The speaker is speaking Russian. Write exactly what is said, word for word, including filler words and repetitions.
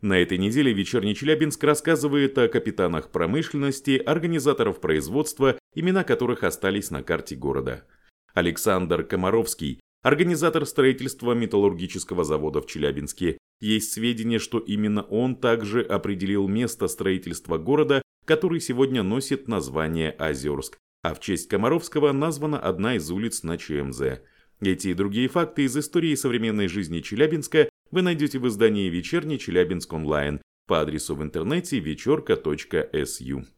На этой неделе «Вечерний Челябинск» рассказывает о капитанах промышленности, организаторов производства, имена которых остались на карте города. Александр Комаровский, организатор строительства металлургического завода в Челябинске. Есть сведения, что именно он также определил место строительства города, который сегодня носит название Озерск, а в честь Комаровского названа одна из улиц на ЧМЗ. Эти и другие факты из истории современной жизни Челябинска вы найдете в издании «Вечерний Челябинск онлайн» по адресу в интернете вечерка точка эс ю.